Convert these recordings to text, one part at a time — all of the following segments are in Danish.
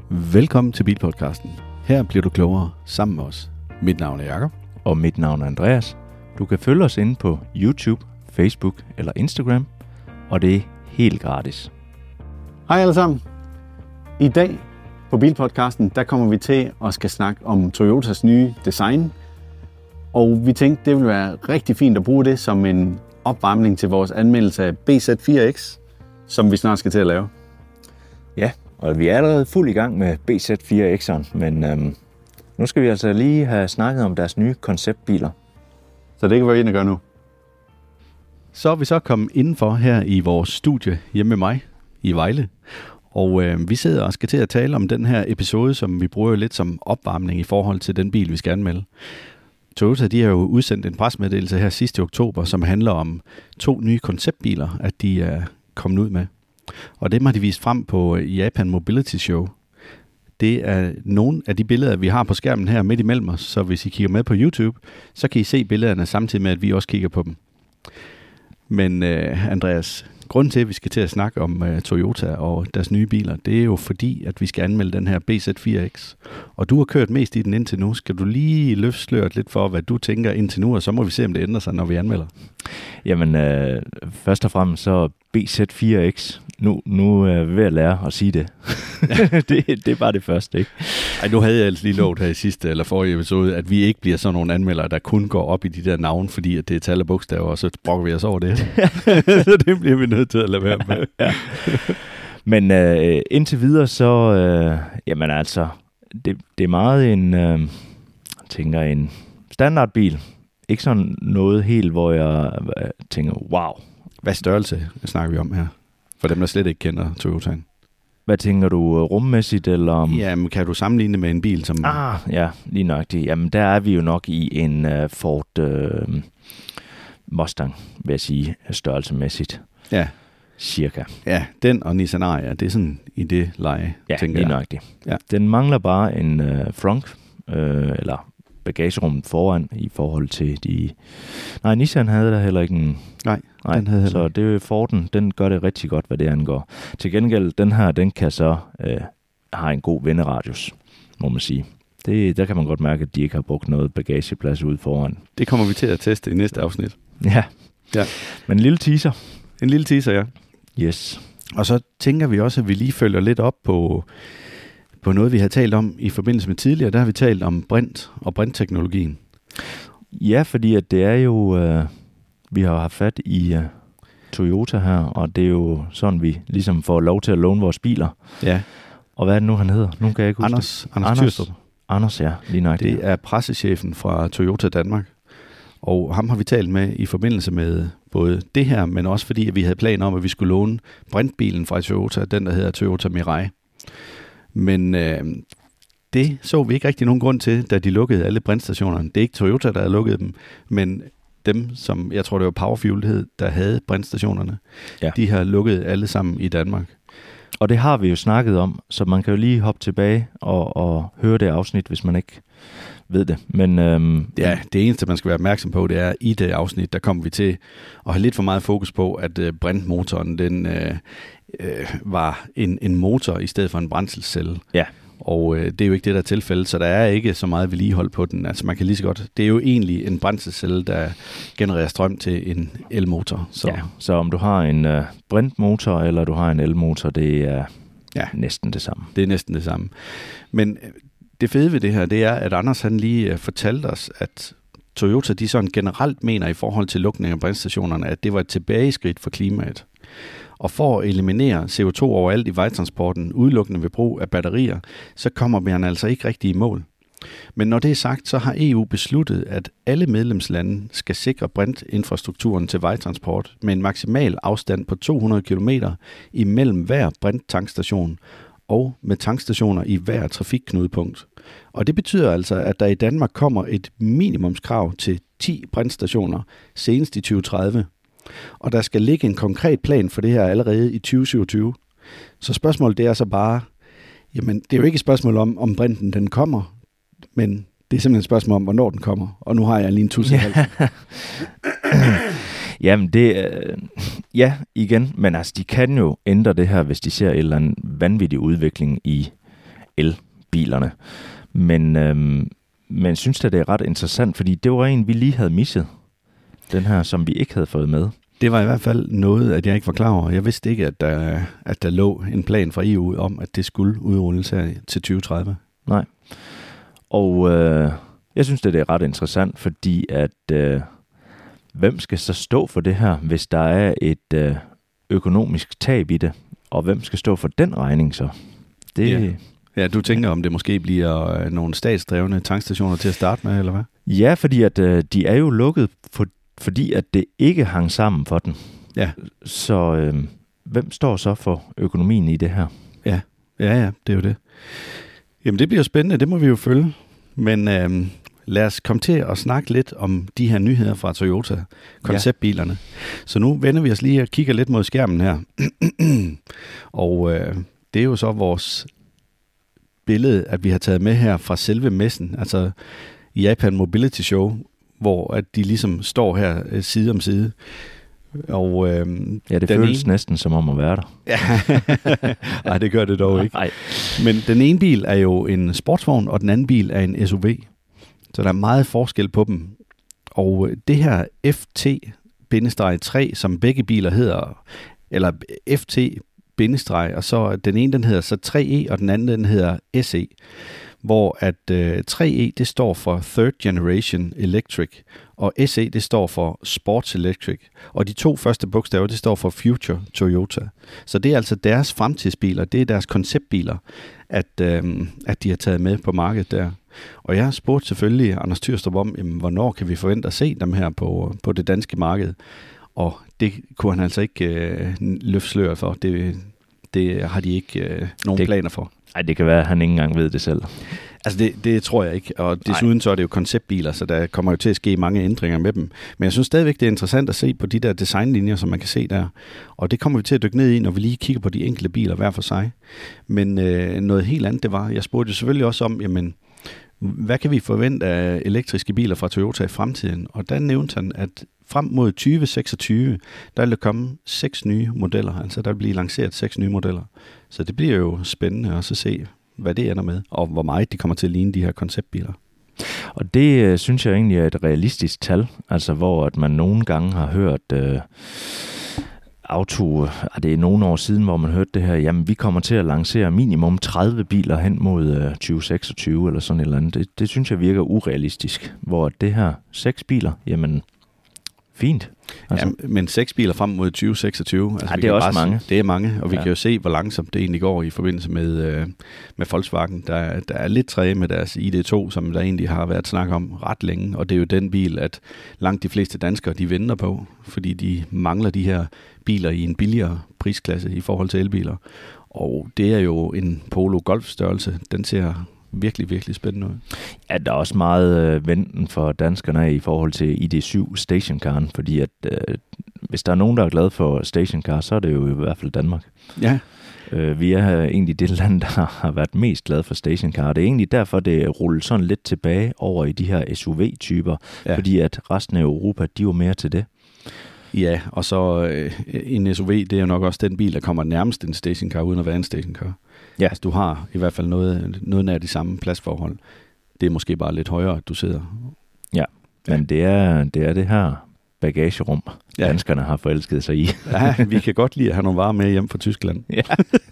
Velkommen til Bilpodcasten. Her bliver du klogere sammen med os. Mit navn er Jakob. Og mit navn er Andreas. Du kan følge os inde på YouTube, Facebook eller Instagram, og det er helt gratis. Hej alle sammen. I dag på Bilpodcasten, der kommer vi til at skal snakke om Toyotas nye design. Og vi tænkte, det ville være rigtig fint at bruge det som en opvarmning til vores anmeldelse af BZ4X, som vi snart skal til at lave. Ja, og vi er allerede fuld i gang med BZ4X'eren, men nu skal vi altså lige have snakket om deres nye konceptbiler. Så det kan vi ind og gøre nu. Så er vi så kommet indenfor her i vores studie hjemme med mig i Vejle. Og vi sidder og skal til at tale om den her episode, som vi bruger lidt som opvarmning i forhold til den bil, vi skal anmelde. Toyota, de har jo udsendt en pressemeddelelse her sidste oktober, som handler om 2 nye konceptbiler, at de er kommet ud med. Og dem har de vist frem på Japan Mobility Show. Det er nogle af de billeder, vi har på skærmen her midt imellem os, så hvis I kigger med på YouTube, så kan I se billederne samtidig med, at vi også kigger på dem. Men Andreas, grunden til, at vi skal til at snakke om Toyota og deres nye biler, det er jo fordi, at vi skal anmelde den her BZ4X. Og du har kørt mest i den indtil nu. Skal du lige løfte sløret lidt for, hvad du tænker indtil nu, og så må vi se, om det ændrer sig, når vi anmelder? Jamen, først og fremmest så BZ4X. Nu er jeg ved at lære at sige det. det er bare det første, ikke? Ej, nu havde jeg altså lige lovet her i sidste eller forrige episode, at vi ikke bliver sådan nogle anmeldere, der kun går op i de der navne, fordi at det er tal og bogstaver, og så brokker vi os over det. Så det bliver vi nødt til at lade være med. Ja. Men indtil videre, så jamen altså, det er meget en standardbil. Ikke sådan noget helt, hvor jeg tænker, wow. Hvad størrelse snakker vi om her? For dem, der slet ikke kender Toyotaen. Hvad tænker du, rummæssigt, eller? Jamen, kan du sammenligne det med en bil, som... Ja, lige nøjagtigt. Jamen, der er vi jo nok i en Ford Mustang, vil jeg sige, størrelsemæssigt. Ja. Cirka. Ja, den og Nissan Ariya, det er sådan i det leje, ja, tænker lige jeg. nøjagtigt. Ja. Den mangler bare en frunk, eller bagagerummet foran i forhold til de... Nej, Nissan havde der heller ikke en... Nej, den havde så det er Forden, den gør det rigtig godt, hvad det angår. Til gengæld, den her, den kan så have en god venderadius, må man sige. Der kan man godt mærke, at de ikke har brugt noget bagageplads ude foran. Det kommer vi til at teste i næste afsnit. Ja. Men en lille teaser. En lille teaser, ja. Yes. Og så tænker vi også, at vi lige følger lidt op på noget, vi har talt om i forbindelse med tidligere. Der har vi talt om brint og brintteknologien. Ja, fordi at det er jo... vi har haft fat i Toyota her, og det er jo sådan, vi ligesom får lov til at låne vores biler. Ja. Og hvad er det nu, han hedder? Nu kan jeg ikke huske Anders Tyrstrup. Anders, ja, lige nok. Det er pressechefen fra Toyota Danmark. Og ham har vi talt med i forbindelse med både det her, men også fordi, at vi havde planer om, at vi skulle låne brintbilen fra Toyota, den der hedder Toyota Mirai. Men det så vi ikke rigtig nogen grund til, da de lukkede alle brintstationerne. Det er ikke Toyota, der havde lukket dem, men dem, som jeg tror, det var Powerfuel, der havde brintstationerne, ja. De har lukket alle sammen i Danmark. Og det har vi jo snakket om, så man kan jo lige hoppe tilbage og høre det afsnit, hvis man ikke ved det. Men ja, det eneste, man skal være opmærksom på, det er, i det afsnit, der kommer vi til at have lidt for meget fokus på, at brintmotoren, den var en motor i stedet for en brændselscelle. Ja. Og det er jo ikke det, der er tilfældet, så der er ikke så meget vedligehold på den. Altså man kan lige så godt... Det er jo egentlig en brændselscelle, der genererer strøm til en elmotor. Så om du har en brintmotor, eller du har en elmotor, det er næsten det samme. Det er næsten det samme. Men det fede ved det her, det er, at Anders han lige fortalte os, at Toyota, de sådan generelt mener i forhold til lukning af brintstationerne, at det var et tilbageskridt for klimaet. Og for at eliminere CO2 overalt i vejtransporten, udelukkende ved brug af batterier, så kommer man altså ikke rigtig i mål. Men når det er sagt, så har EU besluttet, at alle medlemslande skal sikre brintinfrastrukturen til vejtransport med en maksimal afstand på 200 km imellem hver brinttanksstation og med tankstationer i hver trafikknudepunkt. Og det betyder altså, at der i Danmark kommer et minimumskrav til 10 brintstationer senest i 2030. Og der skal ligge en konkret plan for det her allerede i 2027. Så spørgsmålet det er så bare, jamen det er jo ikke et spørgsmål om brinten den kommer, men det er simpelthen et spørgsmål om, hvornår den kommer. Og nu har jeg lige en tusse i halsen. Jamen det, ja igen, men altså de kan jo ændre det her, hvis de ser en eller anden vanvittig udvikling i elbilerne. Men synes da, det er ret interessant, fordi det var en, vi lige havde misset. Den her, som vi ikke havde fået med. Det var i hvert fald noget, at jeg ikke var klar over. Jeg vidste ikke, at der lå en plan fra EU om, at det skulle udrulles her til 2030. Nej. Og jeg synes, det er ret interessant, fordi at hvem skal så stå for det her, hvis der er et økonomisk tab i det? Og hvem skal stå for den regning så? Ja, du tænker, om det måske bliver nogle statsdrevne tankstationer til at starte med, eller hvad? Ja, fordi at de er jo lukket, fordi at det ikke hang sammen for den. Ja. Så hvem står så for økonomien i det her? Ja, det er jo det. Jamen, det bliver spændende, det må vi jo følge. Men lad os komme til at snakke lidt om de her nyheder fra Toyota, konceptbilerne. Ja. Så nu vender vi os lige og kigger lidt mod skærmen her. Og det er jo så vores billede, at vi har taget med her fra selve messen, altså Japan Mobility Show, hvor at de ligesom står her side om side. Og, det føles næsten som om at være der. Nej, det gør det dog ikke. Nej. Men den ene bil er jo en sportsvogn, og den anden bil er en SUV. Så der er meget forskel på dem. Og det her FT-3, som begge biler hedder, eller FT- og så den ene, den hedder så 3E, og den anden, den hedder SE. Hvor at 3E, det står for Third Generation Electric, og SE, det står for Sports Electric. Og de to første bogstaver, det står for Future Toyota. Så det er altså deres fremtidsbiler, det er deres konceptbiler, at de har taget med på markedet der. Og jeg har spurgt selvfølgelig Anders Tyrstrup om, hvornår kan vi forvente at se dem her på det danske marked. Og det kunne han altså ikke løfte sløret for. Det har de ikke nogen planer for. Nej, det kan være, at han ikke engang ved det selv. Altså det tror jeg ikke, og desuden så er det jo konceptbiler, så der kommer jo til at ske mange ændringer med dem. Men jeg synes stadigvæk, det er interessant at se på de der designlinjer, som man kan se der. Og det kommer vi til at dykke ned i, når vi lige kigger på de enkelte biler hver for sig. Men noget helt andet, det var, jeg spurgte jo selvfølgelig også om, jamen, hvad kan vi forvente af elektriske biler fra Toyota i fremtiden? Og der nævnte han, at frem mod 2026, der vil der komme 6 nye modeller. Altså der vil blive lanceret 6 nye modeller. Så det bliver jo spændende at se, hvad det ender med, og hvor meget de kommer til at ligne de her konceptbiler. Og det synes jeg egentlig er et realistisk tal, altså hvor at man nogle gange har hørt det er nogle år siden, hvor man hørte det her, jamen vi kommer til at lancere minimum 30 biler hen mod 2026 eller sådan et eller andet. Det synes jeg virker urealistisk, hvor det her 6 biler, jamen fint. Altså. Ja, men 6 biler frem mod 2026, altså det er også mange. Det er mange, og vi kan jo se, hvor langsomt det egentlig går i forbindelse med Volkswagen. Der er lidt træge med deres ID2, som der egentlig har været snak om ret længe, og det er jo den bil, at langt de fleste danskere, de venter på, fordi de mangler de her biler i en billigere prisklasse i forhold til elbiler. Og det er jo en Polo Golf-størrelse. Den ser virkelig, virkelig spændende ud. Ja, der er også meget venten for danskerne i forhold til ID7 stationcaren, fordi at hvis der er nogen, der er glad for stationcar, så er det jo i hvert fald Danmark. Ja. Vi er egentlig det land, der har været mest glad for stationcar. Det er egentlig derfor, det ruller sådan lidt tilbage over i de her SUV-typer, fordi at resten af Europa, de er jo mere til det. Ja, og så en SUV, det er jo nok også den bil, der kommer nærmest en stationcar, uden at være en stationcar. Ja. Altså, du har i hvert fald noget nær de samme pladsforhold. Det er måske bare lidt højere, at du sidder. Ja, men det er det her bagagerum, danskerne har forelsket sig i. Ja, vi kan godt lide at have nogle varer med hjem fra Tyskland. Ja.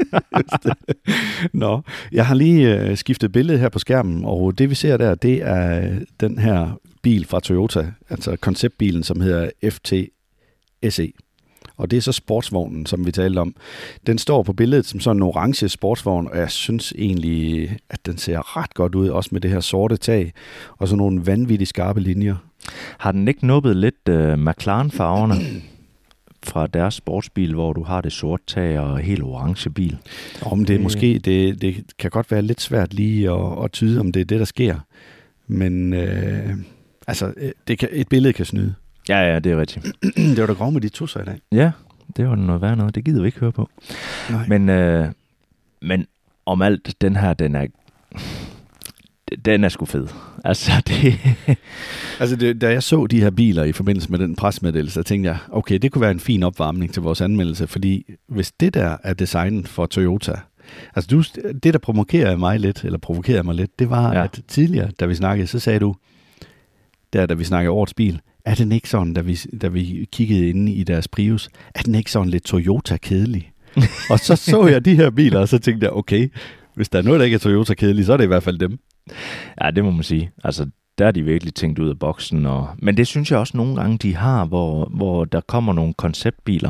Nå, jeg har lige skiftet billede her på skærmen, og det vi ser der, det er den her bil fra Toyota, altså konceptbilen, som hedder FT SE. Og det er så sportsvognen, som vi talte om. Den står på billedet som sådan en orange sportsvogn, og jeg synes egentlig, at den ser ret godt ud, også med det her sorte tag, og så nogle vanvittigt skarpe linjer. Har den ikke nubbet lidt McLaren-farverne fra deres sportsbil, hvor du har det sorte tag og helt orange bil? Om det er måske, det kan godt være lidt svært lige at tyde, om det er det, der sker. Men et billede kan snyde. Ja, det er rigtigt. Det var da grov med de tusser i dag. Ja, det var noget værd noget. Det gider vi ikke høre på. Nej. Men om alt, den her, den er sgu fed. Altså, da jeg så de her biler i forbindelse med den pressemeddelelse, så tænkte jeg, okay, det kunne være en fin opvarmning til vores anmeldelse, fordi hvis det der er designet for Toyota, Altså det, der provokerede mig lidt, det var, at tidligere, da vi snakkede, så sagde du, da vi snakkede årets bil, er den ikke sådan, da vi kiggede inde i deres Prius, er den ikke sådan lidt Toyota-kedelig? Og så jeg de her biler, og så tænkte jeg, okay, hvis der er noget, der ikke er Toyota-kedelig, så er det i hvert fald dem. Ja, det må man sige. Altså, der er de virkelig tænkt ud af boksen. Men det synes jeg også nogle gange, de har, hvor der kommer nogle konceptbiler.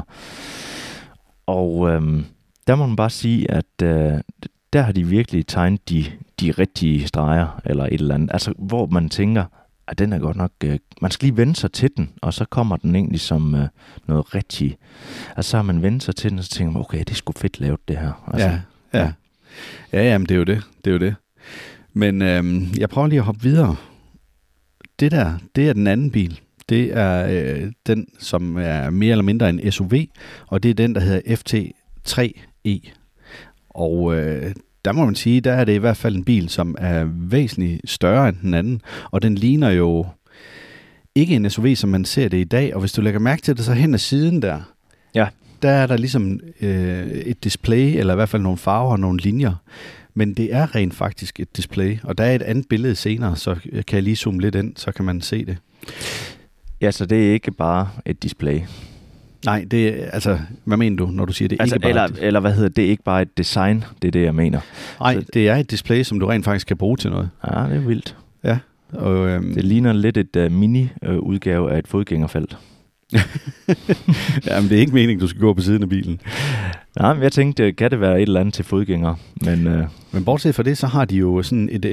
Og der må man bare sige, at der har de virkelig tegnet de rigtige streger, eller et eller andet. Altså, hvor man tænker, at den er godt nok... man skal lige vende sig til den, og så kommer den egentlig som noget rigtigt. Altså, så har man vendt sig til den, og så tænker man, okay, det er sgu fedt lavet, det her. Altså, Ja, men det er jo det. Men jeg prøver lige at hoppe videre. Det er den anden bil. Det er den, som er mere eller mindre en SUV, og det er den, der hedder FT3E. Og der må man sige, der er det i hvert fald en bil, som er væsentligt større end den anden, og den ligner jo ikke en SUV, som man ser det i dag, og hvis du lægger mærke til det, så hen ad siden der er der ligesom et display, eller i hvert fald nogle farver og nogle linjer, men det er rent faktisk et display, og der er et andet billede senere, så kan jeg lige zoome lidt ind, så kan man se det. Ja, så det er ikke bare et display. Nej, det er, altså, hvad mener du, når du siger det altså, ikke bare eller hvad hedder det, ikke bare et design, det er det, jeg mener. Nej, det er et display, som du rent faktisk kan bruge til noget. Ja, det er vildt. Ja. Og, det ligner lidt et mini-udgave af et fodgængerfelt. Jamen, det er ikke meningen, du skal gå på siden af bilen. Nej, men jeg tænkte, kan det være et eller andet til fodgængere? Men bortset fra det, så har de jo sådan et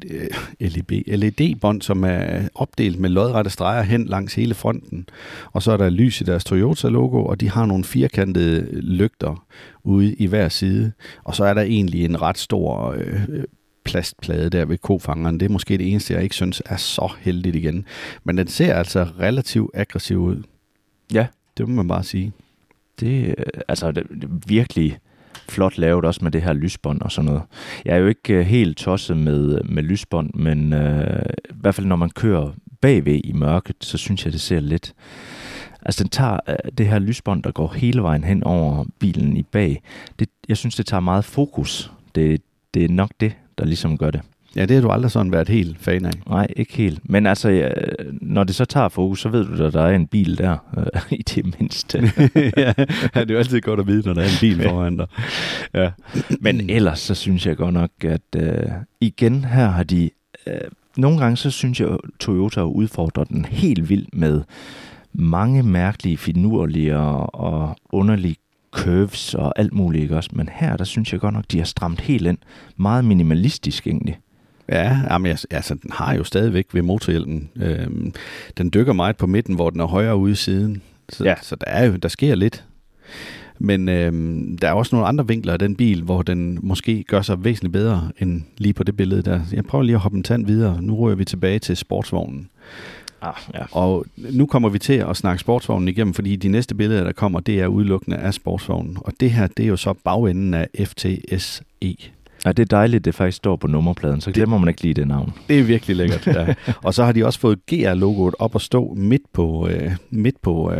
LED-bånd, som er opdelt med lodrette streger hen langs hele fronten. Og så er der lys i deres Toyota-logo, og de har nogle firkantede lygter ude i hver side. Og så er der egentlig en ret stor plastplade der ved kofangeren. Det er måske det eneste, jeg ikke synes er så heldigt igen. Men den ser altså relativt aggressiv ud. Ja. Det må man bare sige. Det er virkelig flot lavet også med det her lysbånd og sådan noget. Jeg er jo ikke helt tosset med lysbånd, men i hvert fald når man kører bagved i mørket, så synes jeg, det ser lidt... Altså den tager det her lysbånd, der går hele vejen hen over bilen i bag. Jeg synes, det tager meget fokus. Det er nok det, der ligesom gør det. Ja, det har du aldrig sådan været helt fan af. Nej, ikke helt. Men altså, når det så tager fokus, så ved du, at der er en bil der, i det mindste. Ja, det er jo altid godt at vide, når der er en bil foran dig. Ja. Men ellers, så synes jeg godt nok, at igen her har de... nogle gange, så synes jeg, Toyota udfordrer den helt vildt med mange mærkelige, finurlige og underlige curves og alt muligt, ikke også? Men her, der synes jeg godt nok, de har stramt helt ind. Meget minimalistisk egentlig. Ja, men altså, den har jo stadigvæk ved motorhjelmen. Den dykker meget på midten, hvor den er højere ude i siden. Så der sker lidt. Men der er også nogle andre vinkler af den bil, hvor den måske gør sig væsentligt bedre end lige på det billede der. Jeg prøver lige at hoppe en tand videre. Nu rører vi tilbage til sportsvognen. Ja. Og nu kommer vi til at snakke sportsvognen igennem, fordi de næste billeder, der kommer, det er udelukkende af sportsvognen. Og det her, det er jo så bagenden af FTSE. Ja, det er dejligt, det faktisk står på nummerpladen, så glemmer man ikke lige det navn. Det er virkelig lækkert, ja. Og så har de også fået GR-logoet op at stå midt på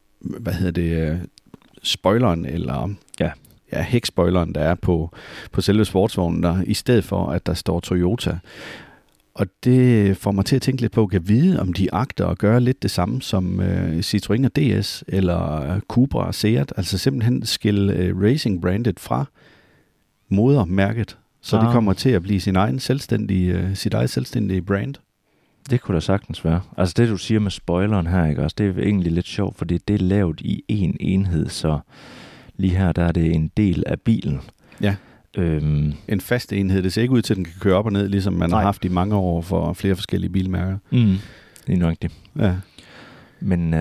spoileren, eller hækspoileren, der er på selve sportsvognen, der, i stedet for, at der står Toyota. Og det får mig til at tænke lidt på, kan vide, om de agter at gøre lidt det samme som Citroën og DS, eller Cupra og Seat, altså simpelthen skille racing-brandet fra modermærket, så det kommer til at blive sit eget selvstændige brand. Det kunne da sagtens være. Altså det, du siger med spoileren her, ikke også, det er egentlig lidt sjovt, fordi det er lavet i en enhed, så lige her, der er det en del af bilen. Ja. En fast enhed. Det ser ikke ud til, at den kan køre op og ned, ligesom man har haft i mange år for flere forskellige bilmærker. Det er nok det. Ja. Men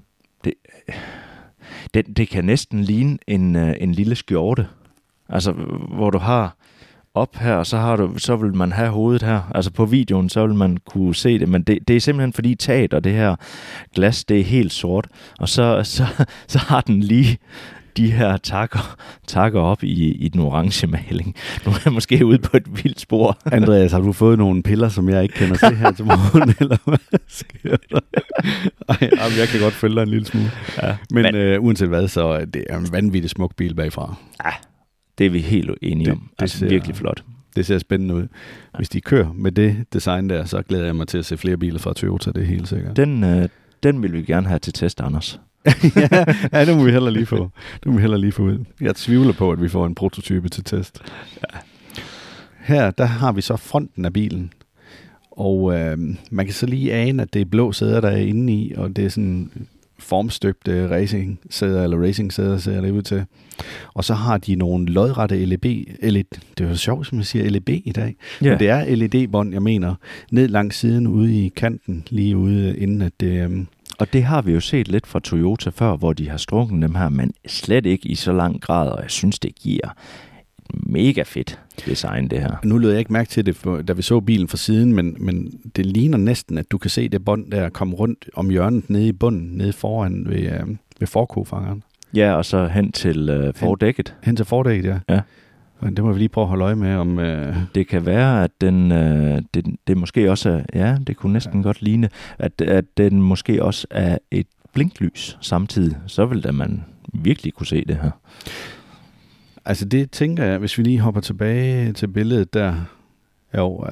det kan næsten ligne en lille skjorte. Altså, hvor du har op her, og så vil man have hovedet her. Altså på videoen, så vil man kunne se det, men det er simpelthen fordi taget og det her glas, det er helt sort, og så har den lige de her takker op i den orange maling. Nu er jeg måske ude på et vildt spor. Andreas, har du fået nogle piller, som jeg ikke kender til her til morgen, eller hvad sker der? Ej, jeg kan godt følge dig en lille smule. Ja, men uanset hvad, så det er en vanvittig smuk bil bagfra. Ja, Det er vi helt enige om. Det altså virkelig flot. Det ser spændende ud. Hvis de kører med det design der, så glæder jeg mig til at se flere biler fra Toyota, det er helt sikkert. Den vil vi gerne have til test, Anders. ja, det må vi heller lige få. Det må vi heller lige få ud. Jeg tvivler på, at vi får en prototype til test. Ja. Her, der har vi så fronten af bilen. Og man kan så lige ane, at det er blå sæder, der er inde i, og det er sådan formstøbte racing-sæder, eller racing-sæder, ser det ud til. Og så har de nogle lodrette LED. Det er jo sjovt, som jeg siger LED i dag. Yeah. Men det er LED-bånd, jeg mener, ned langs siden ude i kanten, lige ude inden at det... Og det har vi jo set lidt fra Toyota før, hvor de har strukket dem her, men slet ikke i så lang grad, og jeg synes, det giver mega fedt design, det her. Nu lød jeg ikke mærke til det, da vi så bilen fra siden, men det ligner næsten, at du kan se det bånd der komme rundt om hjørnet nede i bunden, nede foran ved forkofangeren. Ja, og så hen til fordækket. Hen til fordækket, ja. Det må vi lige prøve at holde øje med. Om det kan være, at det måske også er, det kunne næsten godt ligne, at den måske også er et blinklys samtidig. Så vil da man virkelig kunne se det her. Altså det tænker jeg, hvis vi lige hopper tilbage til billedet der. Jo,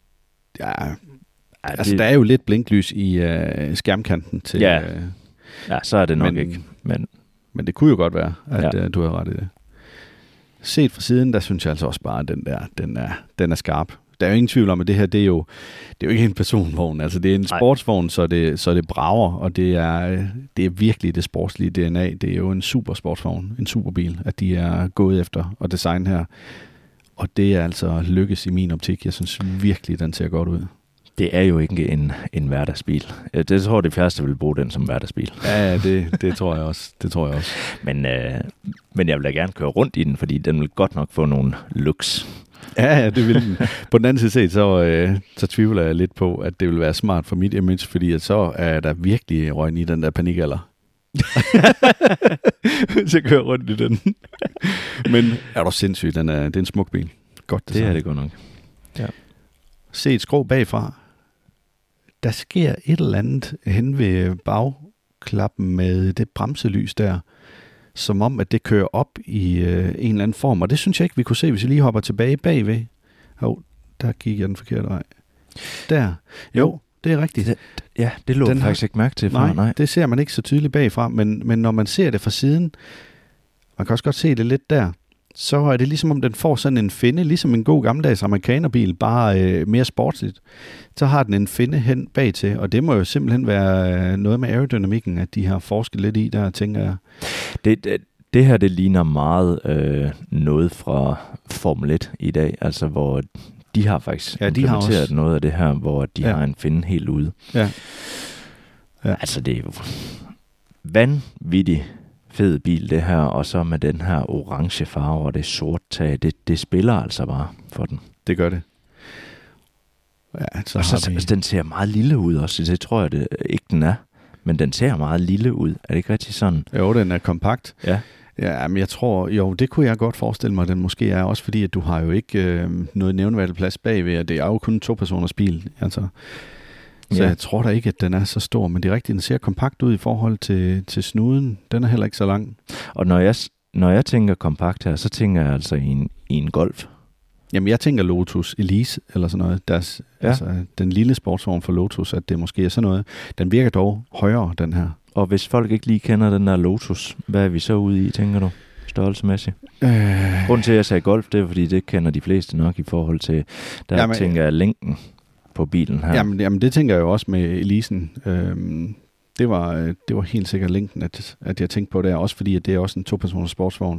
altså der er jo lidt blinklys i skærmkanten til... Ja, så er det nok ikke. Men det kunne jo godt være, at du har ret i det. Set fra siden, der synes jeg altså også bare, at den er skarp. Der er jo ingen tvivl om, at det her, det er jo ikke en personvogn. Altså det er en sportsvogn, så det brager, og det er virkelig det sportslige DNA. Det er jo en super sportsvogn, en superbil, at de er gået efter at designe her. Og det er altså lykkes i min optik. Jeg synes virkelig, den ser godt ud. Det er jo ikke en hverdagsbil. Det tror jeg, de færreste vil bruge den som hverdagsbil. Ja, det tror jeg også. Det tror jeg også. Men jeg vil da gerne køre rundt i den, fordi den vil godt nok få nogle looks. Ja, det vil den. På den anden side set, så tvivler jeg lidt på, at det vil være smart for mit image, fordi at så er der virkelig røgn i den der panikalder. Så kører rundt i den. Men er du sindssygt, det er en smuk bil. Godt det er det godt nok. Ja. Se et skrå bagfra. Der sker et eller andet hen ved bagklappen med det bremselys der, som om, at det kører op i en eller anden form. Og det synes jeg ikke, vi kunne se, hvis vi lige hopper tilbage bagved. Der gik jeg den forkerte vej. Der. Jo, det er rigtigt. Det lå faktisk ikke mærke til før. Nej, det ser man ikke så tydeligt bagfra, men når man ser det fra siden, man kan også godt se det lidt der, så er det ligesom om den får sådan en finde, ligesom en god gammeldags amerikanerbil, bare mere sportsligt. Så har den en finde hen bag til, og det må jo simpelthen være noget med aerodynamikken, at de har forsket lidt i der, tænker jeg. Det her, det ligner meget noget fra Formel 1 i dag, altså hvor de har faktisk implementeret noget af det her, hvor de har en finde helt ude. Ja. Altså det er jo vanvittigt fed bil, det her, og så med den her orange farve og det sort tag, det spiller altså bare for den. Det gør det. Ja, så den ser meget lille ud også, det tror jeg det ikke den er, men den ser meget lille ud. Er det ikke rigtig sådan? Jo, den er kompakt. Ja. Ja, men jeg tror, det kunne jeg godt forestille mig, den måske er også, fordi at du har jo ikke noget nævneværdigt plads bagved, og det er jo kun en 2-personers bil, altså. Så jeg tror da ikke, at den er så stor, men det er rigtigt, den ser kompakt ud i forhold til snuden. Den er heller ikke så lang. Og når jeg tænker kompakt her, så tænker jeg altså i en Golf. Jamen, jeg tænker Lotus Elise eller sådan noget. Altså, den lille sportsvogn for Lotus, at det måske er sådan noget. Den virker dog højere, den her. Og hvis folk ikke lige kender den der Lotus, hvad er vi så ude i, tænker du? Størrelsemæssigt? Grunden til, at jeg sagde Golf, det er, fordi det kender de fleste nok i forhold til, tænker jeg længden på bilen her. Jamen det tænker jeg jo også med Elisen. Det var helt sikkert længden, at jeg tænkte på det, også fordi at det er også en 2-personers sportsvogn.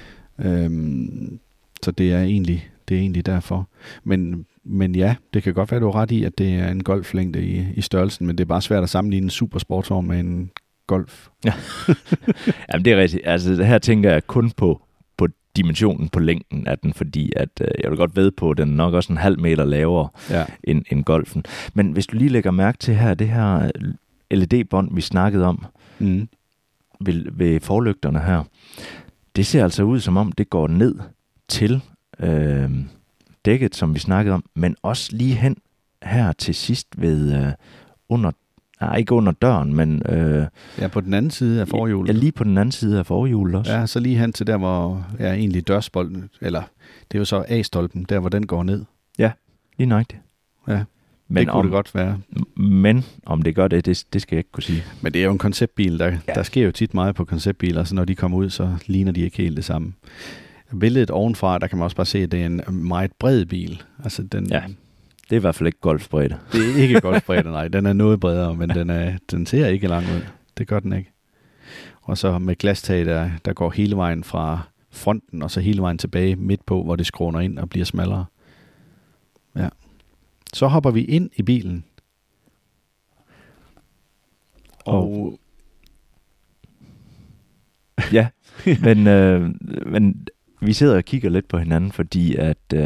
Så det er egentlig derfor. Men ja, det kan godt være, du har ret i, at det er en golflængde i størrelsen, men det er bare svært at sammenligne en supersportsvogn med en Golf. Ja. Jamen det er rigtigt. Altså her tænker jeg kun på dimensionen på længden af den, fordi at jeg vil godt ved på, at den er nok også en halv meter lavere end Golfen. Men hvis du lige lægger mærke til her, det her LED-bånd, vi snakkede om ved forlygterne her, det ser altså ud som om, det går ned til dækket, som vi snakkede om, men også lige hen her til sidst ved under, Nej, ikke under døren, men... Ja, på den anden side af forhjulet. Ja, lige på den anden side af forhjulet også. Ja, så lige hen til der, hvor egentlig dørspolden, eller det er jo så A-stolpen, der hvor den går ned. Ja, lige nøjagtigt. Ja, men det kunne det godt være. Men om det gør det skal jeg ikke kunne sige. Men det er jo en konceptbil, der sker jo tit meget på konceptbiler, så når de kommer ud, så ligner de ikke helt det samme. Billedet ovenfra, der kan man også bare se, at det er en meget bred bil. Altså den... Ja. Det er i hvert fald ikke golfbredde. Det er ikke golfbredde, nej. Den er noget bredere, men den ser ikke lang ud. Det gør den ikke. Og så med glastag, der går hele vejen fra fronten, og så hele vejen tilbage midt på, hvor det skråner ind og bliver smallere. Ja. Så hopper vi ind i bilen. Og ja, men vi sidder og kigger lidt på hinanden, fordi at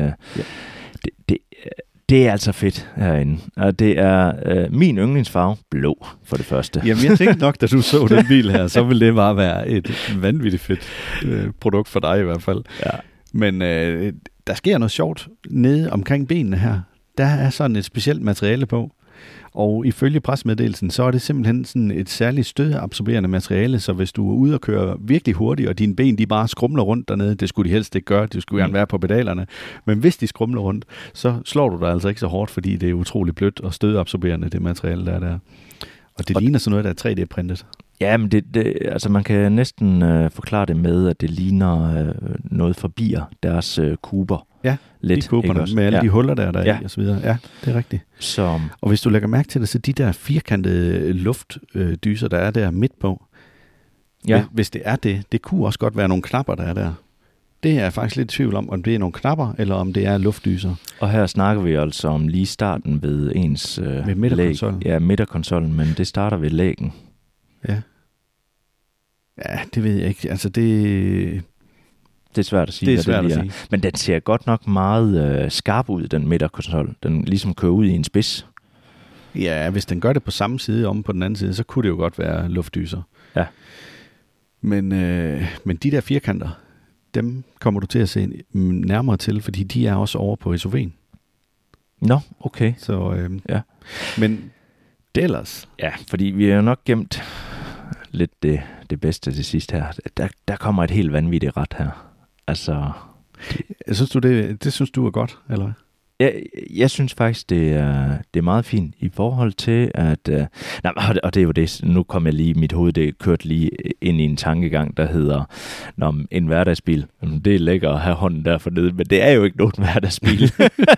det er altså fedt herinde. Og det er min yndlingsfarve, blå, for det første. Jamen, jeg tænkte nok, da du så den bil her, så ville det bare være et vanvittigt fedt produkt for dig i hvert fald. Ja. Men der sker noget sjovt nede omkring benene her. Der er sådan et specielt materiale på. Og ifølge pressemeddelelsen, så er det simpelthen sådan et særligt stødabsorberende materiale, så hvis du er ude og kører virkelig hurtigt, og dine ben de bare skrumler rundt dernede, det skulle de helst ikke gøre, det skulle gerne være på pedalerne, men hvis de skrumler rundt, så slår du dig altså ikke så hårdt, fordi det er utroligt blødt og stødabsorberende, det materiale, der er der. Og det ligner sådan noget, der er 3D-printet. Ja, men altså man kan næsten forklare det med, at det ligner noget forbier deres kuber. Ja, lidt, de kuberne med alle de huller, der er i og så videre. Ja, det er rigtigt. Så. Og hvis du lægger mærke til det, så de der firkantede luftdyser, der er der midt på, hvis det er det kunne også godt være nogle knapper, der er der. Det er jeg faktisk lidt i tvivl om det er nogle knapper, eller om det er luftdyser. Og her snakker vi altså om lige starten ved ens ved midterkonsollen. Ja, midterkonsollen, men det starter ved lægen. Ja. Ja, det ved jeg ikke. Altså det er svært at sige. Det er svært at sige. Men den ser godt nok meget skarp ud, den midterkonsol. Den ligesom kører ud i en spids. Ja, hvis den gør det på samme side om på den anden side, så kunne det jo godt være luftdyser. Ja. Men de der firkanter, dem kommer du til at se nærmere til, fordi de er også over på SUV'en. Nå, okay. Så ja. Men det ellers. Ja, fordi vi har jo nok gemt lidt det bedste til sidst her. Der kommer et helt vanvittigt ret her. Altså. Synes du det synes du er godt, eller hvad? Jeg synes faktisk, det er meget fint i forhold til, at... og det er jo det, nu kom jeg lige, mit hoved, det kørte lige ind i en tankegang, der hedder, en hverdagsbil, det er lækker at have hånden der fornede, men det er jo ikke nogen hverdagsbil.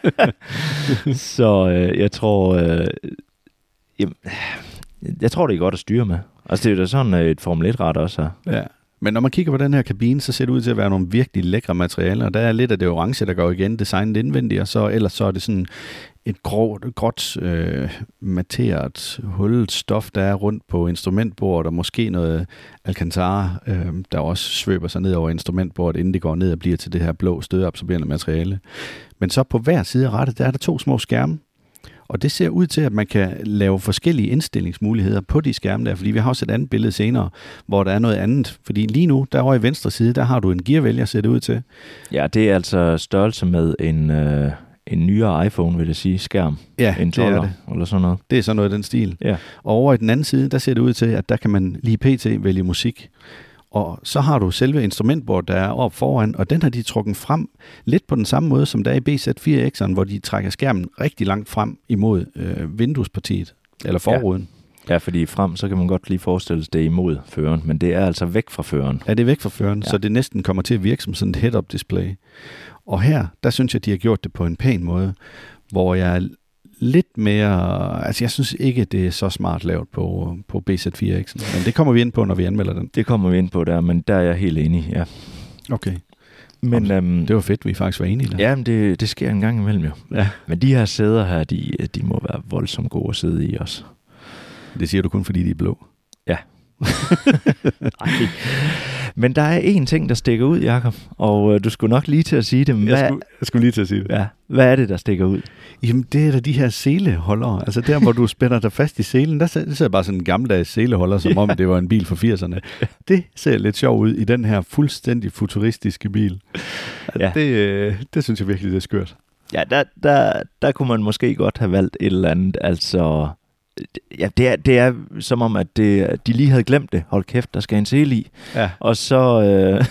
Så jeg tror... jeg tror, det er godt at styre med. Altså, det er jo da sådan et Formel 1-rat også her. Ja. Men når man kigger på den her kabine, så ser det ud til at være nogle virkelig lækre materialer. Der er lidt af det orange, der går igen, designet indvendigt, og så ellers så er det sådan et gråt materet, hullet stof, der er rundt på instrumentbordet, og måske noget Alcantara, der også svøber sig ned over instrumentbordet, inden det går ned og bliver til det her blå stødabsorberende materiale. Men så på hver side af rattet, der er der 2 små skærme. Og det ser ud til, at man kan lave forskellige indstillingsmuligheder på de skærme der, fordi vi har også et andet billede senere, hvor der er noget andet. Fordi lige nu, der over i venstre side, der har du en gearvælger, ser det ud til. Ja, det er altså størrelse med en nyere iPhone, vil jeg sige, skærm. Ja, en 12'er, det er det. Eller sådan noget. Det er sådan noget i den stil. Ja. Og over i den anden side, der ser det ud til, at der kan man lige pt. Vælge musik. Og så har du selve instrumentbordet, der er oppe foran, og den har de trukket frem lidt på den samme måde, som der er i BZ4X'eren, hvor de trækker skærmen rigtig langt frem imod vinduespartiet, eller forruden. Ja, fordi frem, så kan man godt lige forestille sig, det er imod føreren, men det er altså væk fra føreren. Ja, det er væk fra føreren, så det næsten kommer til at virke som sådan et head-up display. Og her, der synes jeg, de har gjort det på en pæn måde, hvor jeg er lidt mere... Altså, jeg synes ikke, det er så smart lavet på BZ4X'en. Men det kommer vi ind på, når vi anmelder den. Det kommer vi ind på der, men der er jeg helt enig, ja. Okay. Men det var fedt, vi faktisk var enige der. Ja, men det sker en gang imellem jo. Ja. Men de her sæder her, de må være voldsomt gode at sidde i også. Det siger du kun, fordi de er blå. Ja. Men der er en ting, der stikker ud, Jakob, og du skulle nok lige til at sige det. Jeg skulle lige til at sige det. Ja. Hvad er det, der stikker ud? Jamen, det er da de her seleholdere. Altså der, hvor du spænder dig fast i selen, der ser bare sådan en gammeldags seleholder, som om det var en bil fra 80'erne. Det ser lidt sjovt ud i den her fuldstændig futuristiske bil. Ja. Det synes jeg virkelig, det er skørt. Ja, der kunne man måske godt have valgt et eller andet, altså ja, det er som om, at de lige havde glemt det. Hold kæft, der skal en sele i. Ja. Og så...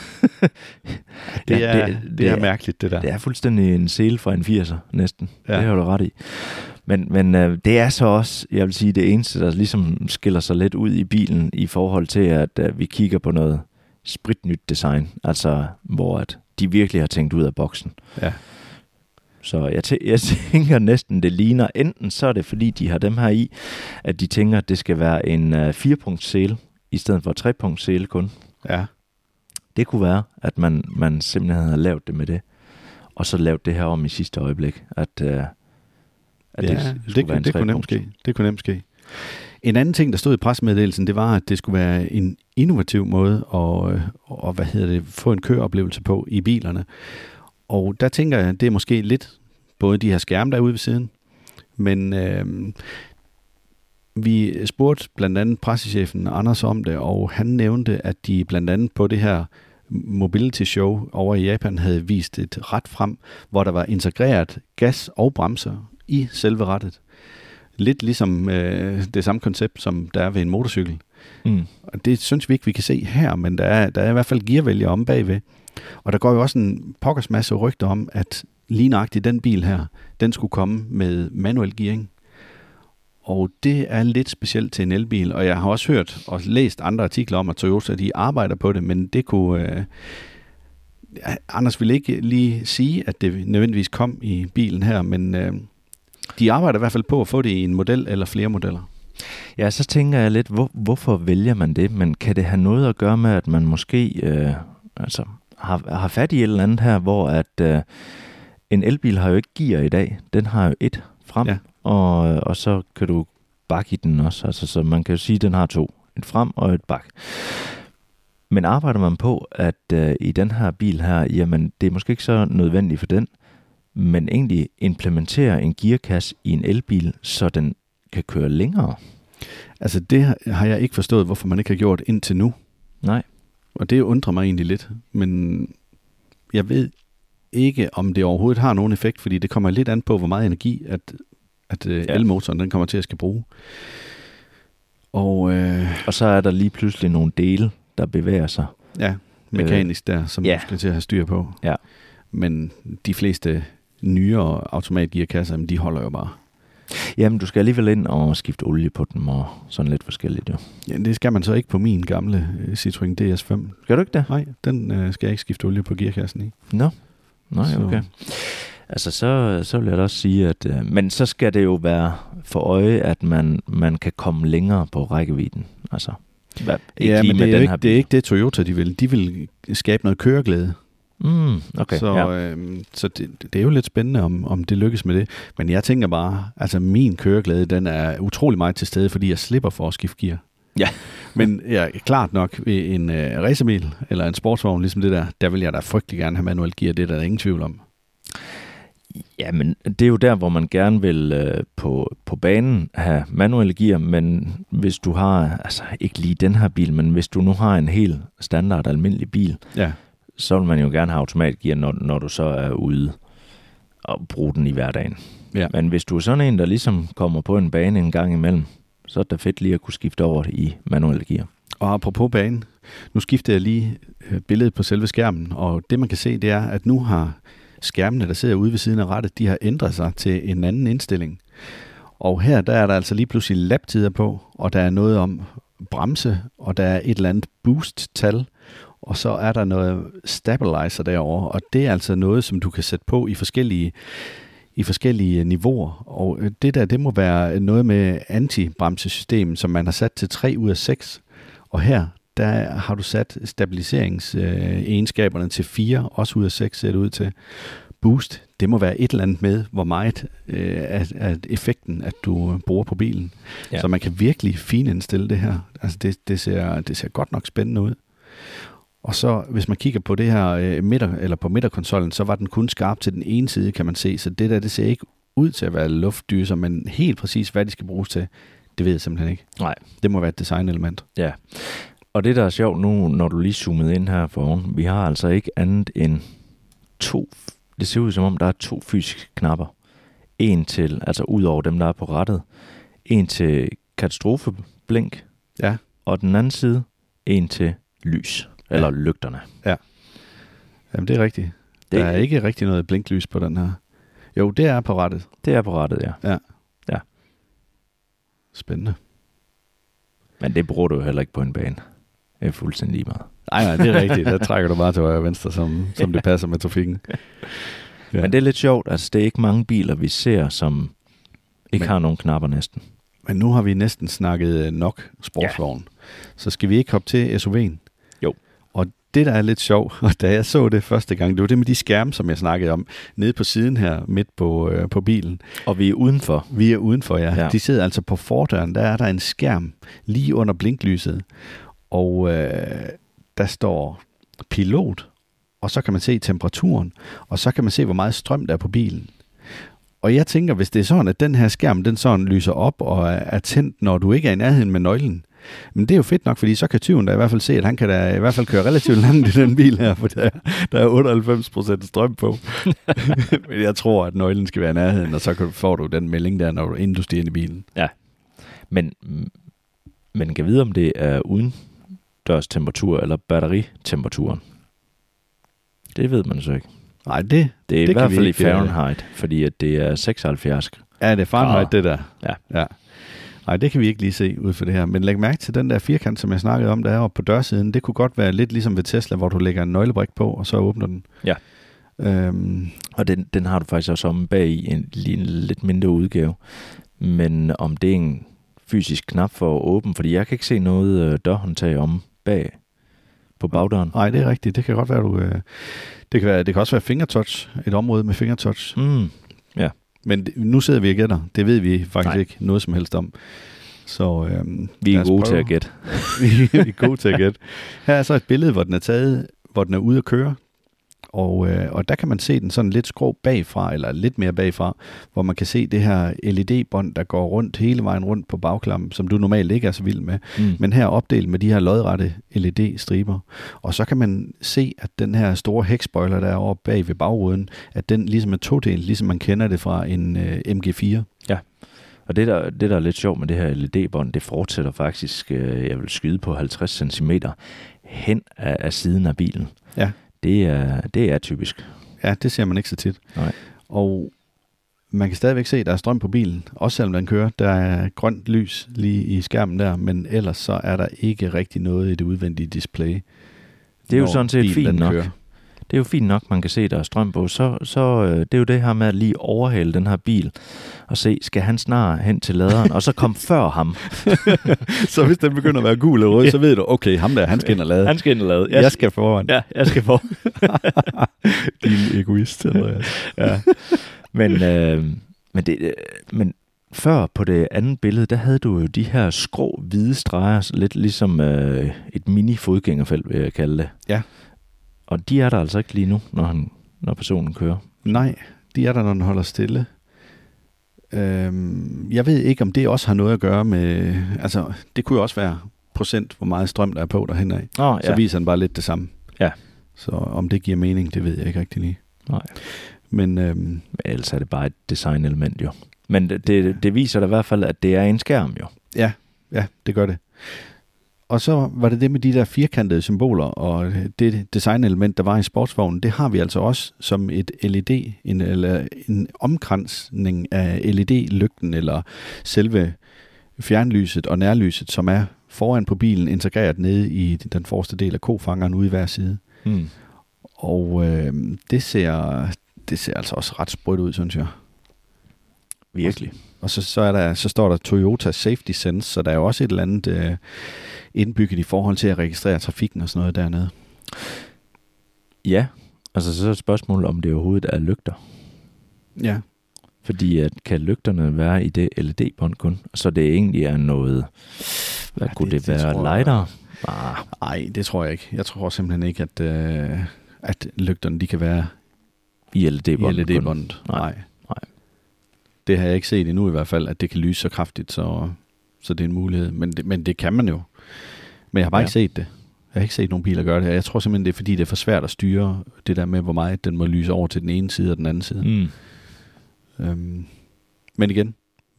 det er mærkeligt, det der. Det er fuldstændig en sele fra en 80'er, næsten. Ja. Det har du ret i. Men det er så også, jeg vil sige, det eneste, der ligesom skiller sig lidt ud i bilen, i forhold til, at vi kigger på noget spritnyt design. Altså, hvor at de virkelig har tænkt ud af boksen. Ja. Så jeg tænker næsten, det ligner, enten så er det, fordi de har dem her i, at de tænker, at det skal være en 4-punkt sele, i stedet for 3-punkt sele kun. Ja. Det kunne være, at man simpelthen havde lavet det med det, og så lavet det her om i sidste øjeblik, at det kunne nemt ske. Det kunne nemt ske. En anden ting, der stod i pressemeddelelsen, det var, at det skulle være en innovativ måde at få en køreoplevelse på i bilerne. Og der tænker jeg, det er måske lidt både de her skærme, der er ude ved siden, men vi spurgte blandt andet pressechefen Anders om det, og han nævnte, at de blandt andet på det her Mobility Show over i Japan havde vist et rat frem, hvor der var integreret gas og bremser i selve rattet. Lidt ligesom det samme koncept, som der er ved en motorcykel. Mm. Og det synes vi ikke, vi kan se her, men der er i hvert fald gearvælger om bagved. Og der går jo også en pokkers masse rygter om, at lige nøjagtigt den bil her, den skulle komme med manuel gearing. Og det er lidt specielt til en elbil, og jeg har også hørt og læst andre artikler om, at Toyota de arbejder på det, men det kunne... Anders ville ikke lige sige, at det nødvendigvis kom i bilen her, men de arbejder i hvert fald på at få det i en model eller flere modeller. Ja, så tænker jeg lidt, hvorfor vælger man det? Men kan det have noget at gøre med, at man måske har fat i et eller andet her, hvor at en elbil har jo ikke gear i dag. Den har jo et frem, ja. Og så kan du bakke i den også. Altså, så man kan jo sige, at den har to. Et frem og et bak. Men arbejder man på, at i den her bil her, jamen det er måske ikke så nødvendigt for den, men egentlig implementere en gearkasse i en elbil, så den kan køre længere? Altså det har jeg ikke forstået, hvorfor man ikke har gjort indtil nu. Nej. Og det undrer mig egentlig lidt, men jeg ved ikke, om det overhovedet har nogen effekt, fordi det kommer lidt an på, hvor meget energi, at elmotoren den kommer til at skal bruge. Og så er der lige pludselig nogle dele, der bevæger sig. Ja, mekanisk der, som du skal til at have styr på. Ja. Men de fleste nyere automatgearkasser, de holder jo bare. Jamen, du skal alligevel ind og skifte olie på dem og sådan lidt forskelligt, jo. Ja, det skal man så ikke på min gamle Citroën DS5. Skal du ikke det? Nej, den skal jeg ikke skifte olie på gearkassen i. Nå, nej, okay. Altså, så vil jeg da også sige, at... men så skal det jo være for øje, at man kan komme længere på rækkevidden. Altså, men det er ikke det Toyota, de vil. De vil skabe noget køreglæde. Okay, så det er jo lidt spændende, om det lykkes med det. Men jeg tænker bare, altså min køreglæde, den er utrolig meget til stede, fordi jeg slipper for at skifte gear. Ja. Men klart nok ved en racerbil eller en sportsvogn, ligesom det der vil jeg da frygtelig gerne have manuel gear, det er der ingen tvivl om. Ja, men det er jo der, hvor man gerne vil på banen have manuelle gear, men hvis du har, altså ikke lige den her bil, men hvis du nu har en helt standard almindelig bil, så vil man jo gerne have automatgear, når du så er ude og bruge den i hverdagen. Ja. Men hvis du er sådan en, der ligesom kommer på en bane en gang imellem, så er det fedt lige at kunne skifte over i manuelle gear. Og apropos banen, nu skifter jeg lige billedet på selve skærmen, og det man kan se, det er, at nu har skærmene, der sidder ude ved siden af rattet, de har ændret sig til en anden indstilling. Og her, der er der altså lige pludselig laptider på, og der er noget om bremse, og der er et eller andet boost-tal, og så er der noget stabilizer derovre, og det er altså noget, som du kan sætte på i forskellige niveauer. Og det må være noget med antibremsesystem, som man har sat til 3 ud af 6. Og her, der har du sat stabiliseringsegenskaberne til 4, også ud af 6 ser det ud til. Boost, det må være et eller andet med, hvor meget af effekten, at du bruger på bilen. Ja. Så man kan virkelig finindstille det her. Altså det ser godt nok spændende ud. Og så, hvis man kigger på det her på midterkonsollen, så var den kun skarp til den ene side, kan man se. Så det ser ikke ud til at være luftdyser, men helt præcis, hvad de skal bruges til, det ved jeg simpelthen ikke. Nej. Det må være et designelement. Ja. Og det, der er sjovt nu, når du lige zoomede ind her foran, vi har altså ikke andet end 2. Det ser ud som om, der er 2 fysiske knapper. En til, altså ud over dem, der er på rattet. en til katastrofeblink, Ja. og den anden side en til lys, eller lygterne. Jamen, det er rigtigt. Der er ikke rigtig noget blinklys på den her. Jo, det er på rattet. Det er på rattet, ja. Spændende. Men det bruger du jo heller ikke på en bane. Det er fuldstændig lige meget. Nej, det er rigtigt. Der trækker du bare til højre og venstre, som det passer med trafikken. Ja. Men det er lidt sjovt. Altså, det er ikke mange biler, vi ser, som ikke har nogen knapper næsten. Men nu har vi næsten snakket nok sportsvogn. Ja. Så skal vi ikke hoppe til SUV'en? Jo. Og det, der er lidt sjovt, og da jeg så det første gang, det var det med de skærme, som jeg snakkede om, nede på siden her, midt på bilen. Og vi er udenfor. Vi er udenfor, Ja. De sidder altså på fordøren. Der er der en skærm lige under blinklyset. Og der står pilot, og så kan man se temperaturen, og så kan man se, hvor meget strøm der er på bilen. Og jeg tænker, hvis det er sådan, at den her skærm, den sådan lyser op og er tændt, når du ikke er i nærheden med nøglen, men det er jo fedt nok, fordi så kan tyven da i hvert fald se, at han kan da i hvert fald køre relativt langt i den bil her, for der er 98% strøm på. Men jeg tror, at nøglen skal være i nærheden, og så får du den melding der, inden du stiger ind i bilen. Ja, men kan vide, om det er udendørs temperatur eller batteritemperaturen. Det ved man så ikke. Nej, det er i hvert fald i Fahrenheit, fordi at det er 76. Ja, det er Fahrenheit, det der. Ja. Nej, det kan vi ikke lige se ud for det her. Men læg mærke til den der firkant, som jeg snakkede om, der er oppe på dørsiden. Det kunne godt være lidt ligesom ved Tesla, hvor du lægger en nøglebrik på, og så åbner den. Ja. Og den har du faktisk også om bag i en lidt mindre udgave. Men om det er en fysisk knap for at åbne, fordi jeg kan ikke se noget dørhåndtag om bag på bagdøren. Nej, det er rigtigt. Det kan godt være, det kan også være fingertouch, et område med fingertouch. Ja. Men nu sidder vi og gætter. Det ved vi faktisk ikke noget som helst om. Så vi er gode til at gætte. Vi er gode til at gætte. Her er så et billede, hvor den er taget, hvor den er ude at køre. Og der kan man se den sådan lidt skrå bagfra, eller lidt mere bagfra, hvor man kan se det her LED-bånd, der går rundt hele vejen rundt på bagklammen, som du normalt ikke er så vild med. Men her opdelt med de her lodrette LED-striber. Og så kan man se, at den her store hækspoiler, der er oppe bag ved bagruden, at den ligesom er todelt, ligesom man kender det fra en MG4. Ja, og det der er lidt sjovt med det her LED-bånd, det fortsætter faktisk, jeg vil skyde på 50 cm hen af siden af bilen. Ja. Det er typisk. Ja, det ser man ikke så tit. Nej. Og man kan stadigvæk se, at der er strøm på bilen, også selvom den kører. Der er grønt lys lige i skærmen der, men ellers så er der ikke rigtig noget i det udvendige display. Det er jo sådan set fint nok. Kører. Det er jo fint nok, man kan se, der er strøm på. Så det er jo det her med at lige overhale den her bil og se, skal han snart hen til laderen, og så komme før ham. Så hvis den begynder at være gul eller rød, så ved du, okay, ham der, han skal ind og lade. Han skal ind og lade. Jeg skal foran. Ja, jeg skal foran. Din egoist, Andreas. Ja. Men før på det andet billede, der havde du jo de her skrå hvide streger, lidt ligesom et mini-fodgængerfelt, vil jeg kalde det. Ja. Og de er der altså ikke lige nu, når personen kører. Nej, de er der, når den holder stille. Jeg ved ikke, om det også har noget at gøre med... Altså, det kunne jo også være procent, hvor meget strøm der er på derhen af. Ja. Så viser den bare lidt det samme. Ja. Så om det giver mening, det ved jeg ikke rigtig lige. Nej. Men ellers er det bare et designelement jo. Men det viser da i hvert fald, at det er en skærm jo. Ja, det gør det. Og så var det med de der firkantede symboler, og det designelement, der var i sportsvognen, det har vi altså også som et LED, en omkransning af LED-lygten, eller selve fjernlyset og nærlyset, som er foran på bilen, integreret nede i den forreste del af kofangeren ude i hver side. Og det ser altså også ret sprødt ud, synes jeg. Virkelig. Og så står der Toyota Safety Sense, så der er jo også et eller andet indbygget i forhold til at registrere trafikken og sådan noget dernede. Ja, altså så er spørgsmålet, om det overhovedet er lygter. Ja. Fordi at kan lygterne være i det LED-bånd kun? Så det egentlig er noget... Hvad kunne det være? Lighter? Nej, det tror jeg ikke. Jeg tror simpelthen ikke, at lygterne de kan være i LED-båndet. Nej. Det har jeg ikke set endnu i hvert fald, at det kan lyse så kraftigt, så det er en mulighed. Men det kan man jo. Men jeg har bare ikke set det. Jeg har ikke set nogen biler gøre det. Jeg tror simpelthen, det er fordi, det er for svært at styre det der med, hvor meget den må lyse over til den ene side og den anden side. Men igen,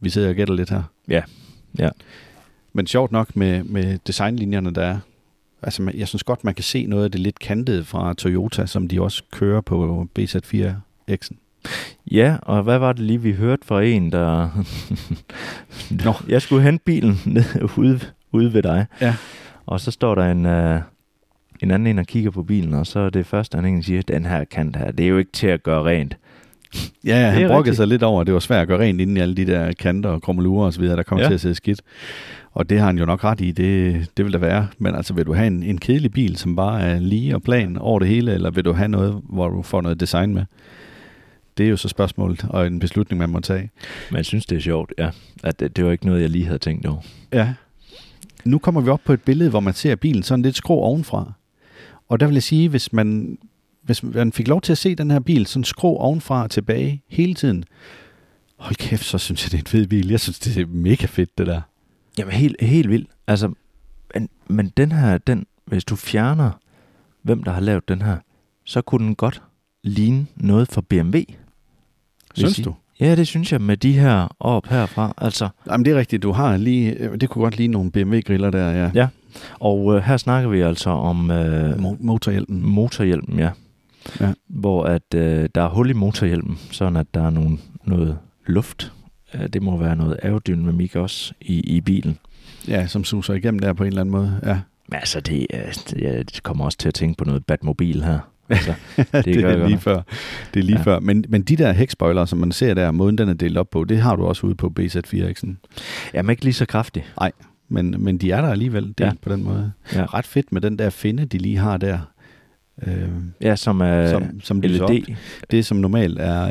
vi sidder og gætter lidt her. Ja. Men sjovt nok med designlinjerne, der er. Altså, jeg synes godt, man kan se noget af det lidt kantede fra Toyota, som de også kører på BZ4X'en. Ja, og hvad var det lige, vi hørte fra en, der... Jeg skulle hente bilen ned ude ved dig. Ja. Og så står der en anden og kigger på bilen, og så er det første, han siger, den her kant her, det er jo ikke til at gøre rent. Ja, han brokkede sig lidt over, at det var svært at gøre rent inden i alle de der kanter og krummelurer og så videre, der kommer til at sidde skidt. Og det har han jo nok ret i, det vil der være. Men altså, vil du have en kedelig bil, som bare er lige og plan over det hele, eller vil du have noget, hvor du får noget design med? Det er jo så spørgsmålet, og en beslutning, man må tage. Men jeg synes, det er sjovt, ja. At det var ikke noget, jeg lige havde tænkt over. Ja. Nu kommer vi op på et billede, hvor man ser bilen sådan lidt skrå ovenfra. Og der vil jeg sige, hvis man fik lov til at se den her bil sådan skrå ovenfra og tilbage hele tiden, hold kæft, så synes jeg, det er en fed bil. Jeg synes, det er mega fedt, det der. Jamen, helt vildt. Altså, men den her, hvis du fjerner, hvem der har lavet den her, så kunne den godt ligne noget fra BMW. Synes du? Ja, det synes jeg med de her op herfra. Altså. Jamen, det er rigtigt. Du har lige, det kunne godt ligne nogle BMW-griller der, ja. Ja, og her snakker vi altså om... motorhjelmen. Motorhjelmen, ja. Hvor at der er hul i motorhjelmen, sådan at der er noget luft. Det må være noget aerodynamik også i bilen. Ja, som suser igennem der på en eller anden måde, ja. Men altså, det kommer også til at tænke på noget Batmobil her. Altså, det er lige før. Det er lige før. Men de der hækspoiler, som man ser der, måden den er delt op på, det har du også ude på BZ4X'en. Jamen ikke lige så kraftig. Nej, men de er der alligevel delt på den måde. Ja. Ret fedt med den der finde, de lige har der. Som er som LED. Det som normalt er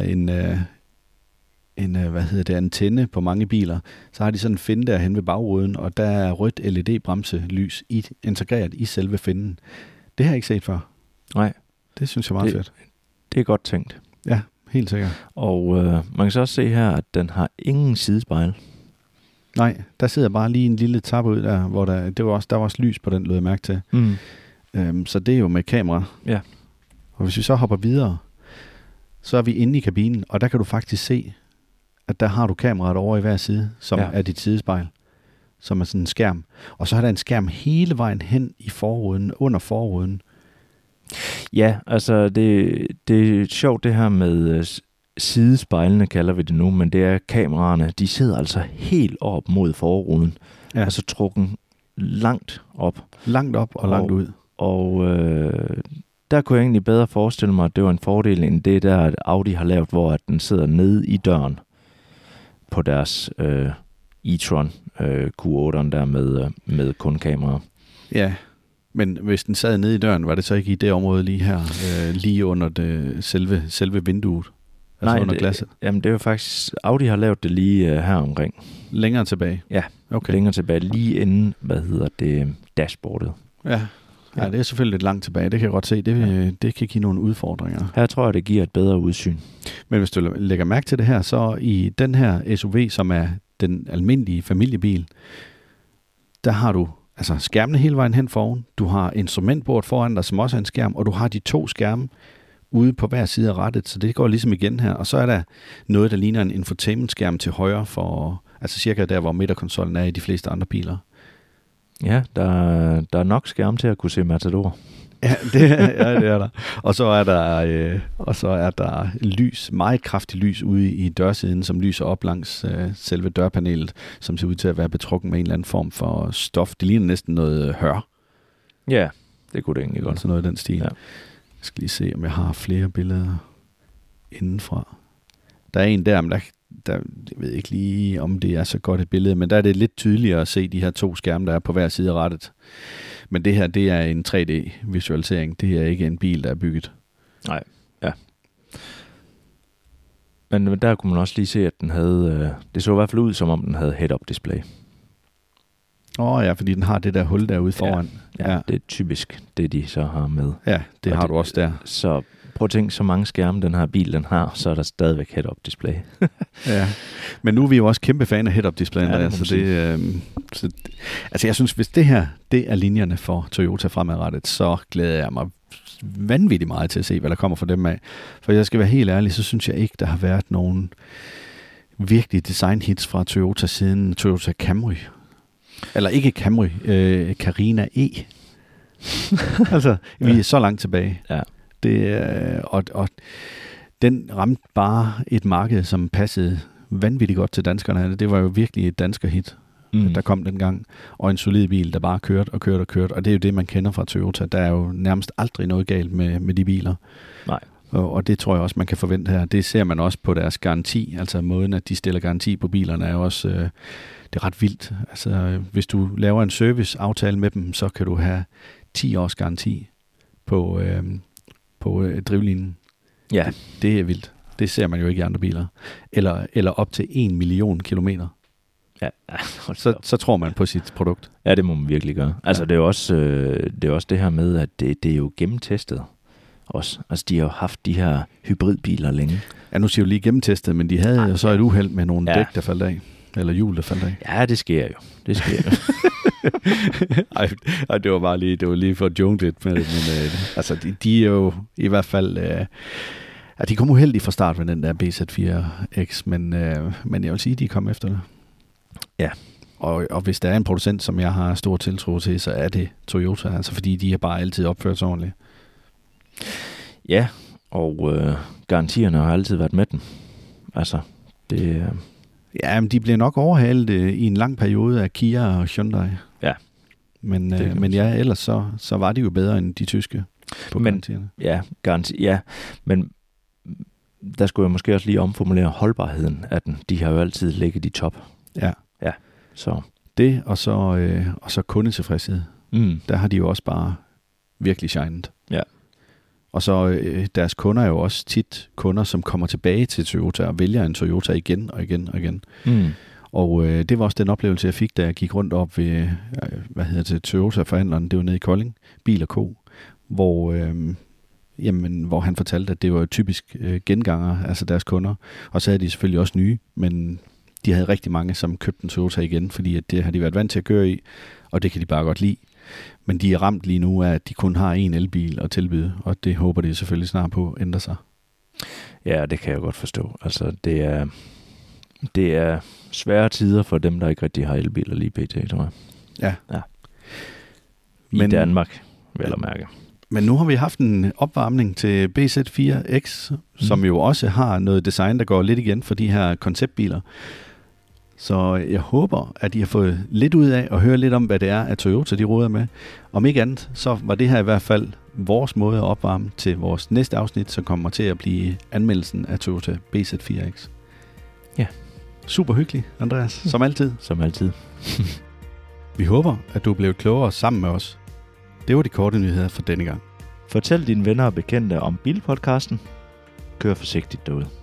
en antenne på mange biler, så har de sådan en finde derhen ved bagruden, og der er rødt LED-bremselys integreret i selve finden. Det har jeg ikke set før. Nej. Det synes jeg er meget fedt. Det er godt tænkt. Ja, helt sikkert. Og man kan så også se her, at den har ingen sidespejl. Nej, der sidder bare lige en lille tappe ud der, hvor der var også lys på den, lød jeg mærke til. Så det er jo med kamera. Ja. Og hvis vi så hopper videre, så er vi inde i kabinen, og der kan du faktisk se, at der har du kameraet over i hver side, som er dit sidespejl, som er sådan en skærm. Og så er der en skærm hele vejen hen i forruden, under forruden. Ja, altså det er sjovt det her med sidespejlene, kalder vi det nu, men det er kameraerne, de sidder altså helt op mod forruden. Ja. Altså trukken langt op. Langt op og langt ud. Og der kunne jeg egentlig bedre forestille mig, at det var en fordel end det der, at Audi har lavet, hvor at den sidder nede i døren på deres e-tron Q8'eren der med kun kamera. Ja, men hvis den sad nede i døren, var det så ikke i det område lige her, lige under det selve vinduet? Altså nej, under glasset? Jamen det er jo faktisk, Audi har lavet det lige her omkring. Længere tilbage? Ja, okay. Længere tilbage, lige inden, dashboardet. Ja. Ja, det er selvfølgelig lidt langt tilbage, det kan jeg godt se. Det kan give nogle udfordringer. Her tror jeg, det giver et bedre udsyn. Men hvis du lægger mærke til det her, så i den her SUV, som er den almindelige familiebil, der har du altså skærmene hele vejen hen foroven. Du har instrumentbord foran dig, som også er en skærm, og du har de 2 skærme ude på hver side af rattet, så det går ligesom igen her. Og så er der noget, der ligner en infotainment-skærm til højre, altså cirka der, hvor midterkonsollen er i de fleste andre biler. Ja, der er nok skærm til at kunne se Matador. Ja, det er der. Og så er der lys, meget kraftigt lys ude i dørsiden, som lyser op langs selve dørpanelet, som ser ud til at være betrukken med en eller anden form for stof. Det ligner næsten noget hør. Ja, det kunne det egentlig godt. Sådan noget i den stil. Ja. Jeg skal lige se, om jeg har flere billeder indenfra. Der er en der, men jeg ved ikke lige, om det er så godt et billede, men der er det lidt tydeligere at se de her 2 skærme, der er på hver side af rattet. Men det her, det er en 3D-visualisering. Det er ikke en bil, der er bygget. Nej, ja. Men der kunne man også lige se, at den havde... det så i hvert fald ud, som om den havde head-up display. Ja, fordi den har det der hul derude foran. Ja, det er typisk det, de så har med. Ja, det har du også der. Så prøv at tænke, så mange skærme den her bil den har, så er der stadigvæk head-up display. Ja, men nu er vi jo også kæmpe fan af head-up displayen. Ja, altså jeg synes, hvis det her, det er linjerne for Toyota fremadrettet, så glæder jeg mig vanvittigt meget til at se, hvad der kommer fra dem af. For jeg skal være helt ærlig, så synes jeg ikke, der har været nogen virkelig design-hits fra Toyota siden Toyota Camry. Eller ikke Camry, Carina E. Altså, vi er så langt tilbage. Ja. Og den ramte bare et marked, som passede vanvittigt godt til danskerne. Det var jo virkelig et danskerhit, der kom dengang. Og en solid bil, der bare kørte. Og det er jo det, man kender fra Toyota. Der er jo nærmest aldrig noget galt med de biler. Nej. Og det tror jeg også, man kan forvente her. Det ser man også på deres garanti. Altså måden, at de stiller garanti på bilerne, er jo også det er ret vildt. Altså, hvis du laver en serviceaftale med dem, så kan du have 10 års garanti på drivlinjen. Ja. Det er vildt. Det ser man jo ikke i andre biler. Eller op til 1 million kilometer. Ja. Så tror man på sit produkt. Ja, det må man virkelig gøre. Altså, det er også det her med, at det er jo gennemtestet også. Altså, de har jo haft de her hybridbiler længe. Ja, nu siger jeg jo lige gennemtestet, men de havde jo så et uheld med nogle dæk, der faldt af. Eller hjul, der faldt af. Ja, det sker jo. Ej, det var lige for at joke lidt med det, men altså, de er jo i hvert fald... de kom uheldigt fra start med den der BZ4X, men jeg vil sige, de kom efter det. Ja. Og hvis der er en producent, som jeg har stor tiltro til, så er det Toyota, altså fordi de har bare altid opført sig ordentligt. Ja, og garantierne har altid været med den. Altså, det... Ja, men de bliver nok overhalet i en lang periode af Kia og Hyundai. Ja. Men ja, ellers så var de jo bedre end de tyske på garantierne. Ja, men der skulle jeg måske også lige omformulere holdbarheden af den. De har jo altid ligget i top. Ja. Ja, så... Det, og så kundetilfredshed. Der har de jo også bare virkelig shined. Ja. Og så deres kunder er jo også tit kunder, som kommer tilbage til Toyota og vælger en Toyota igen og igen og igen. Og det var også den oplevelse, jeg fik, da jeg gik rundt op ved, Toyota-forhandleren. Det var nede i Kolding, Bil & Co., hvor han fortalte, at det var typisk genganger, altså deres kunder. Og så havde de selvfølgelig også nye, men de havde rigtig mange, som købte en Toyota igen, fordi at det har de været vant til at køre i, og det kan de bare godt lide. Men de er ramt lige nu af, at de kun har en elbil at tilbyde, og det håber de selvfølgelig snart på ændrer sig. Ja, det kan jeg godt forstå. Altså, det er svære tider for dem, der ikke rigtig har elbiler lige pt, tror jeg. Ja. I Danmark, vel at mærke. Men nu har vi haft en opvarmning til BZ4X, som jo også har noget design, der går lidt igen for de her konceptbiler. Så jeg håber, at I har fået lidt ud af at høre lidt om, hvad det er, at Toyota de råder med. Om ikke andet, så var det her i hvert fald vores måde at opvarme til vores næste afsnit, som kommer til at blive anmeldelsen af Toyota BZ4X. Ja. Super hyggeligt, Andreas. Som altid. Som altid. Vi håber, at du er blevet klogere sammen med os. Det var de korte nyheder for denne gang. Fortæl dine venner og bekendte om Bilpodcasten. Kør forsigtigt derude.